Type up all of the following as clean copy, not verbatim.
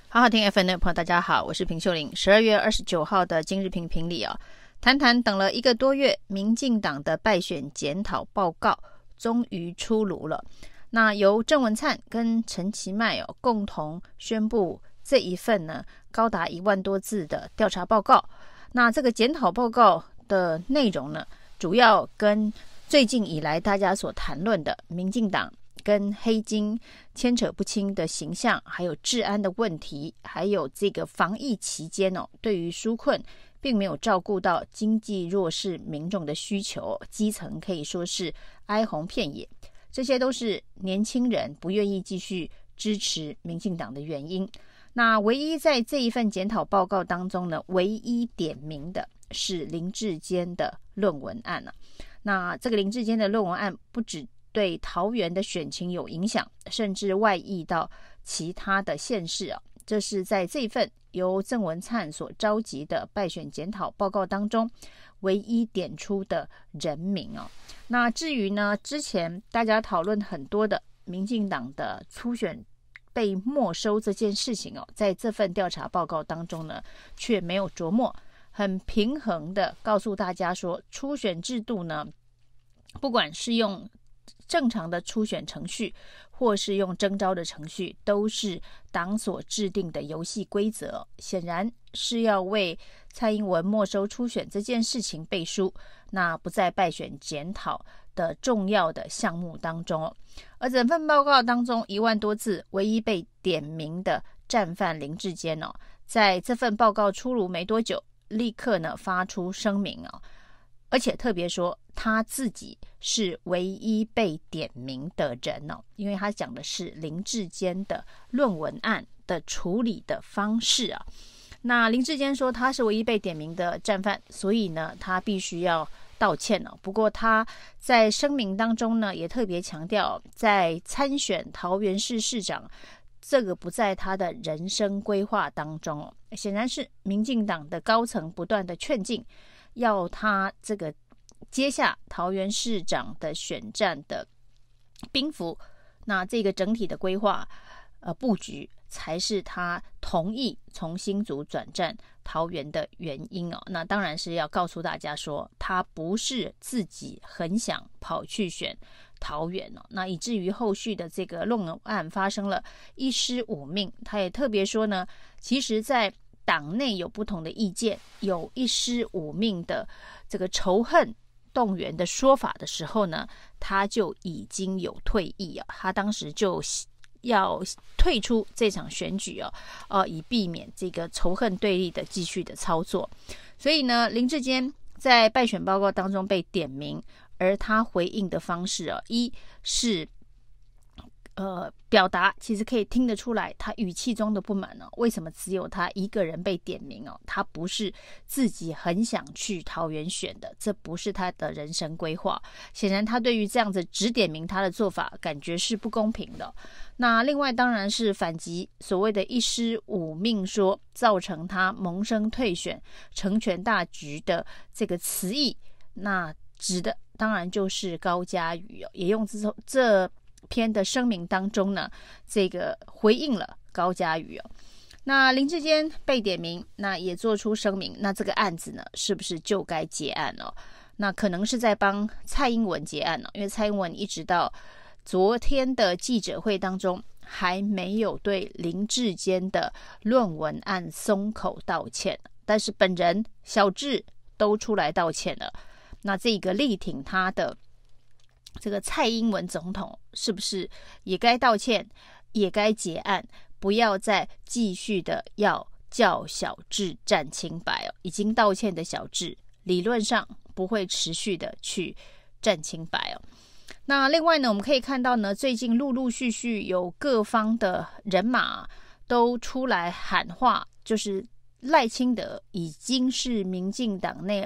好好听 FM 的朋友大家好，我是平秀玲。12月29号的今日评评里谈谈等了1个多月，民进党的败选检讨报告终于出炉了。那由郑文灿跟陈其迈共同宣布这一份呢高达1万多字的调查报告。那这个检讨报告的内容呢，主要跟最近以来大家所谈论的民进党跟黑金牵扯不清的形象，还有治安的问题，还有这个防疫期间对于纾困并没有照顾到经济弱势民众的需求，基层可以说是哀鸿遍野，这些都是年轻人不愿意继续支持民进党的原因。那唯一在这一份检讨报告当中呢，唯一点名的是林智坚的论文案那这个林智坚的论文案不止对桃园的选情有影响，甚至外溢到其他的县市这是在这份由郑文灿所召集的败选检讨报告当中唯一点出的人名那至于呢，之前大家讨论很多的民进党的初选被没收这件事情在这份调查报告当中呢，却没有琢磨，很平衡的告诉大家说，初选制度呢，不管是用正常的初选程序或是用征召的程序，都是党所制定的游戏规则，显然是要为蔡英文没收初选这件事情背书，那不在败选检讨的重要的项目当中而整份报告当中1万多字，唯一被点名的战犯林智坚在这份报告出炉没多久，立刻呢发出声明而且特别说他自己是唯一被点名的人因为他讲的是林智坚的论文案的处理的方式那林智坚说他是唯一被点名的战犯，所以呢他必须要道歉不过他在声明当中呢也特别强调，在参选桃园市市长这个不在他的人生规划当中显然是民进党的高层不断的劝进，要他这个接下桃园市长的选战的兵符，那这个整体的规划布局才是他同意从新竹转战桃园的原因那当然是要告诉大家说，他不是自己很想跑去选桃园那以至于后续的这个论文案发生了一尸五命。他也特别说呢，其实在党内有不同的意见，有一尸五命的这个仇恨动员的说法的时候呢，他就已经有退役他当时就要退出这场选举以避免这个仇恨对立的继续的操作。所以呢，林智坚在败选报告当中被点名，而他回应的方式一是表达其实可以听得出来他语气中的不满为什么只有他一个人被点名他不是自己很想去桃园选的，这不是他的人生规划。显然他对于这样子只点名他的做法感觉是不公平的。那另外当然是反击所谓的一尸五命说造成他萌生退选成全大局的这个词义，那指的当然就是高嘉瑜也用这篇的声明当中呢，这个回应了高嘉瑜那林智坚被点名，那也做出声明，那这个案子呢，是不是就该结案那可能是在帮蔡英文结案因为蔡英文一直到昨天的记者会当中还没有对林智坚的论文案松口道歉，但是本人小智都出来道歉了。那这个力挺他的这个蔡英文总统是不是也该道歉，也该结案，不要再继续的要叫小智站清白已经道歉的小智理论上不会持续的去站清白那另外呢，我们可以看到呢，最近陆陆续续有各方的人马都出来喊话，就是赖清德已经是民进党内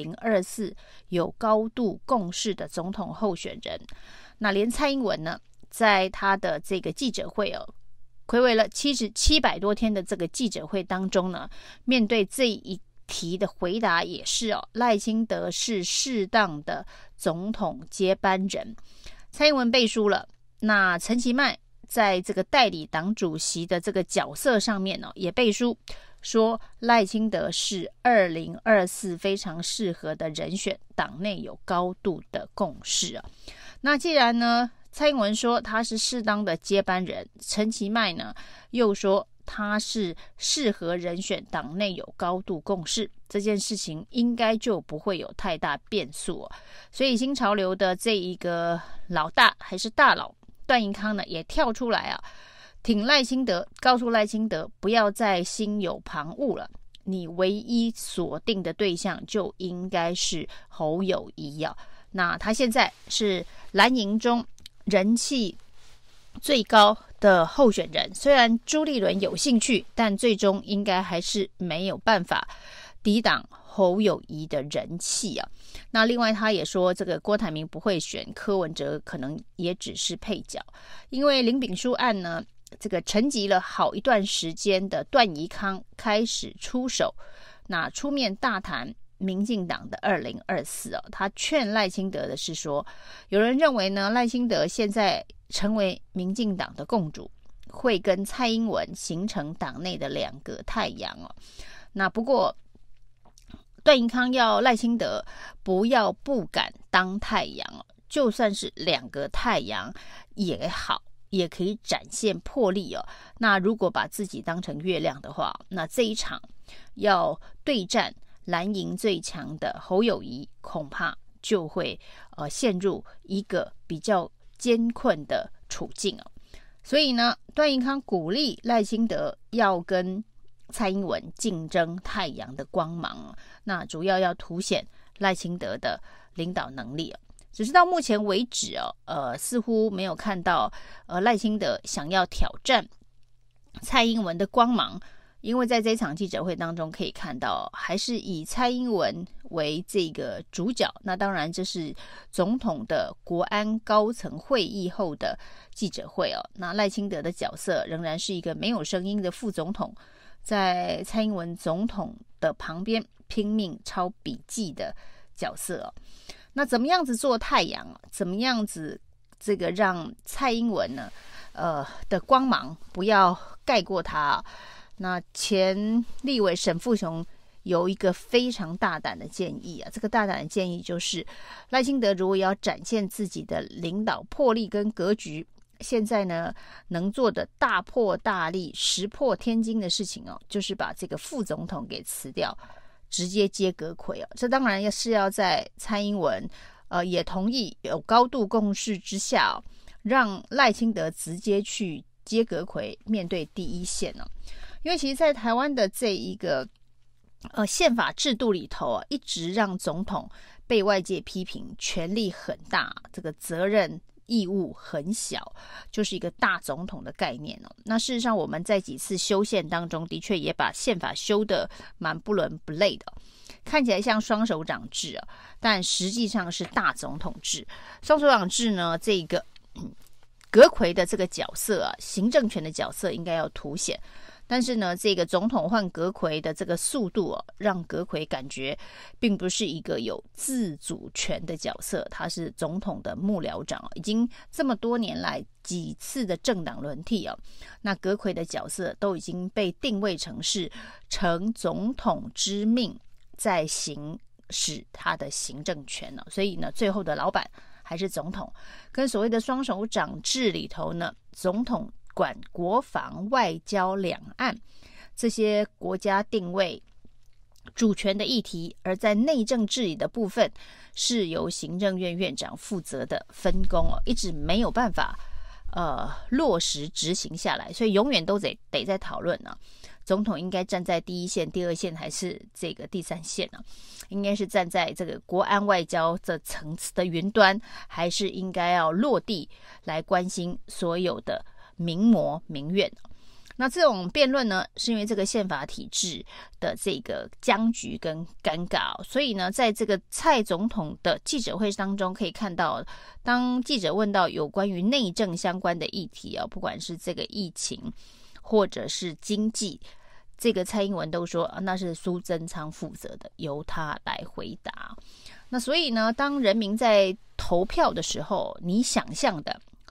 2024有高度共识的总统候选人。那连蔡英文呢，在他的这个记者会睽违了700多天的这个记者会当中呢，面对这一题的回答也是赖清德是适当的总统接班人。蔡英文背书了，那陈其迈在这个代理党主席的这个角色上面呢，也背书说赖清德是2024非常适合的人选，党内有高度的共识啊。那既然呢，蔡英文说他是适当的接班人，陈其迈呢又说他是适合人选，党内有高度共识，这件事情应该就不会有太大变数哦。所以新潮流的这一个老大还是大佬段宜康呢，也跳出来啊，挺赖清德，告诉赖清德不要再心有旁骛了，你唯一锁定的对象就应该是侯友宜啊。那他现在是蓝营中人气最高的候选人，虽然朱立伦有兴趣，但最终应该还是没有办法抵挡侯友宜的人气啊。那另外他也说，这个郭台铭不会选，柯文哲可能也只是配角，因为林炳书案呢，这个沉寂了好一段时间的段宜康开始出手，那出面大谈民进党的2024哦，他劝赖清德的是说，有人认为呢，赖清德现在成为民进党的共主，会跟蔡英文形成党内的两个太阳哦。那不过段宜康要赖清德不敢当太阳哦，就算是两个太阳也好，也可以展现魄力哦。那如果把自己当成月亮的话，那这一场要对战蓝营最强的侯友宜，恐怕就会陷入一个比较艰困的处境哦。所以呢，段宜康鼓励赖清德要跟蔡英文竞争太阳的光芒，那主要要凸显赖清德的领导能力。只是到目前为止似乎没有看到赖清德想要挑战蔡英文的光芒，因为在这场记者会当中可以看到，还是以蔡英文为这个主角。那当然这是总统的国安高层会议后的记者会哦。那赖清德的角色仍然是一个没有声音的副总统，在蔡英文总统的旁边拼命抄笔记的角色哦。那怎么样子做太阳，怎么样子这个让蔡英文呢的光芒不要盖过他那前立委沈富雄有一个非常大胆的建议啊，这个大胆的建议就是赖清德如果要展现自己的领导魄力跟格局，现在呢能做的大破大立石破天惊的事情哦，就是把这个副总统给辞掉，直接接阁揆哦。这当然是要在蔡英文也同意有高度共识之下哦，让赖清德直接去接阁揆，面对第一线哦。因为其实在台湾的这一个宪法制度里头一直让总统被外界批评权力很大，这个责任义务很小，就是一个大总统的概念哦。那事实上我们在几次修宪当中的确也把宪法修得蛮不伦不类的，看起来像双手掌制但实际上是大总统制。双手掌制呢，这个阁揆的这个角色行政权的角色应该要凸显，但是呢，这个总统换阁揆的这个速度让阁揆感觉并不是一个有自主权的角色，他是总统的幕僚长已经这么多年来几次的政党轮替那阁揆的角色都已经被定位成是承总统之命在行使他的行政权所以呢，最后的老板还是总统。跟所谓的双手掌制里头呢，总统管国防、外交、两岸这些国家定位主权的议题，而在内政治理的部分是由行政院院长负责的分工一直没有办法落实执行下来，所以永远都得在讨论总统应该站在第一线、第二线还是这个第三线应该是站在这个国安外交这层次的云端，还是应该要落地来关心所有的民谋民怨。那这种辩论呢，是因为这个宪法体制的这个僵局跟尴尬所以呢，在这个蔡总统的记者会当中可以看到，当记者问到有关于内政相关的议题不管是这个疫情或者是经济，这个蔡英文都说那是苏贞昌负责的，由他来回答。那所以呢，当人民在投票的时候，你想象的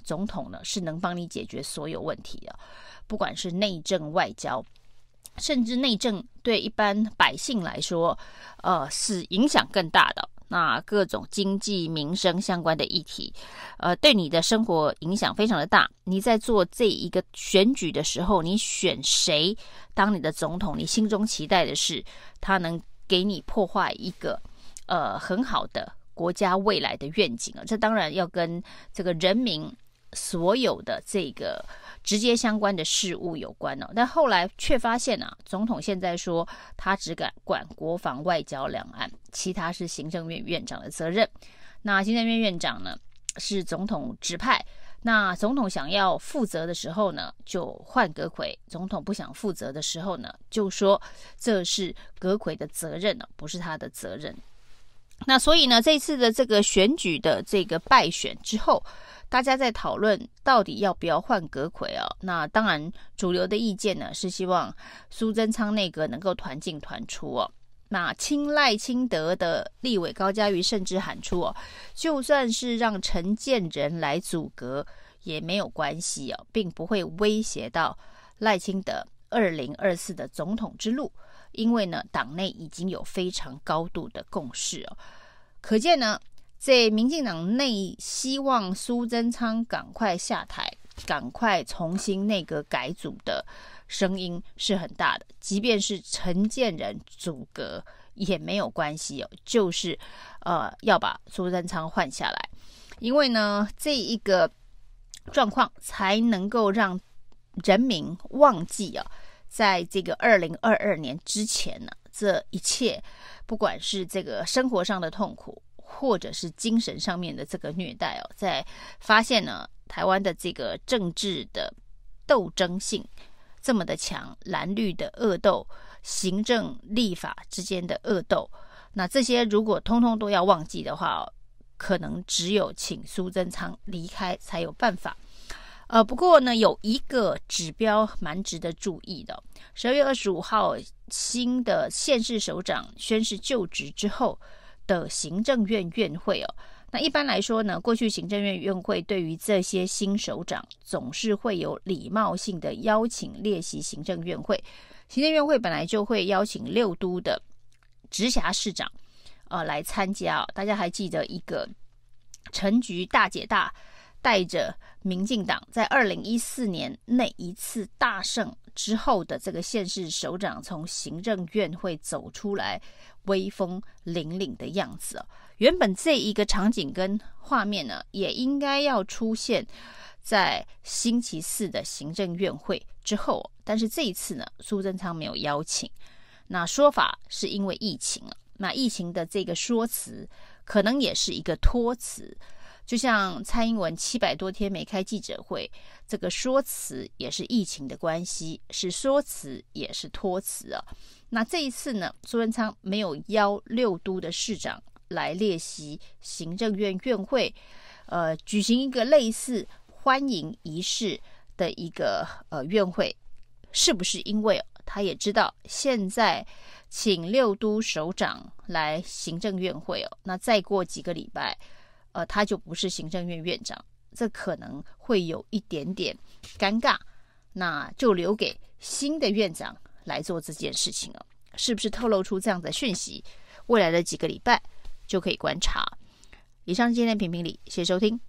总统呢是能帮你解决所有问题的，不管是内政外交，甚至内政对一般百姓来说是影响更大的。那各种经济民生相关的议题对你的生活影响非常的大。你在做这一个选举的时候，你选谁当你的总统，你心中期待的是他能给你破坏一个很好的国家未来的愿景这当然要跟这个人民所有的这个直接相关的事务有关但后来却发现总统现在说他只敢管国防外交两岸，其他是行政院院长的责任。那行政院院长呢是总统指派，那总统想要负责的时候呢就换阁揆，总统不想负责的时候呢就说这是阁揆的责任不是他的责任。那所以呢，这次的这个选举的这个败选之后，大家在讨论到底要不要换阁揆那当然主流的意见呢是希望苏贞昌内阁能够团进团出那亲赖清德的立委高嘉瑜甚至喊出就算是让陈建仁来组阁也没有关系并不会威胁到赖清德2024的总统之路，因为呢党内已经有非常高度的共识可见呢在民进党内希望苏贞昌赶快下台，赶快重新内阁改组的声音是很大的，即便是陈建仁组阁也没有关系就是要把苏贞昌换下来，因为呢这一个状况才能够让人民忘记在这个2022年之前呢这一切不管是这个生活上的痛苦或者是精神上面的这个虐待在发现呢台湾的这个政治的斗争性这么的强，蓝绿的恶斗，行政立法之间的恶斗，那这些如果通通都要忘记的话可能只有请苏贞昌离开才有办法。不过呢有一个指标蛮值得注意的，12月25号新的县市首长宣誓就职之后的行政院院会那一般来说呢，过去行政院院会对于这些新首长总是会有礼貌性的邀请列席行政院会，行政院会本来就会邀请6都的直辖市长来参加大家还记得一个陈菊大姐大带着民进党在2014年那一次大胜之后的这个县市首长从行政院会走出来威风凛凛的样子原本这一个场景跟画面呢也应该要出现在星期四的行政院会之后，但是这一次呢苏贞昌没有邀请，那说法是因为疫情那疫情的这个说辞可能也是一个托词，就像蔡英文700多天没开记者会，这个说辞也是疫情的关系，是说辞也是托词那这一次呢苏贞昌没有邀6都的市长来列席行政院院会举行一个类似欢迎仪式的一个院会，是不是因为他也知道现在请6都首长来行政院会那再过几个礼拜他就不是行政院院长，这可能会有一点点尴尬，那就留给新的院长来做这件事情是不是透露出这样的讯息，未来的几个礼拜就可以观察。以上今天的评评理，谢谢收听。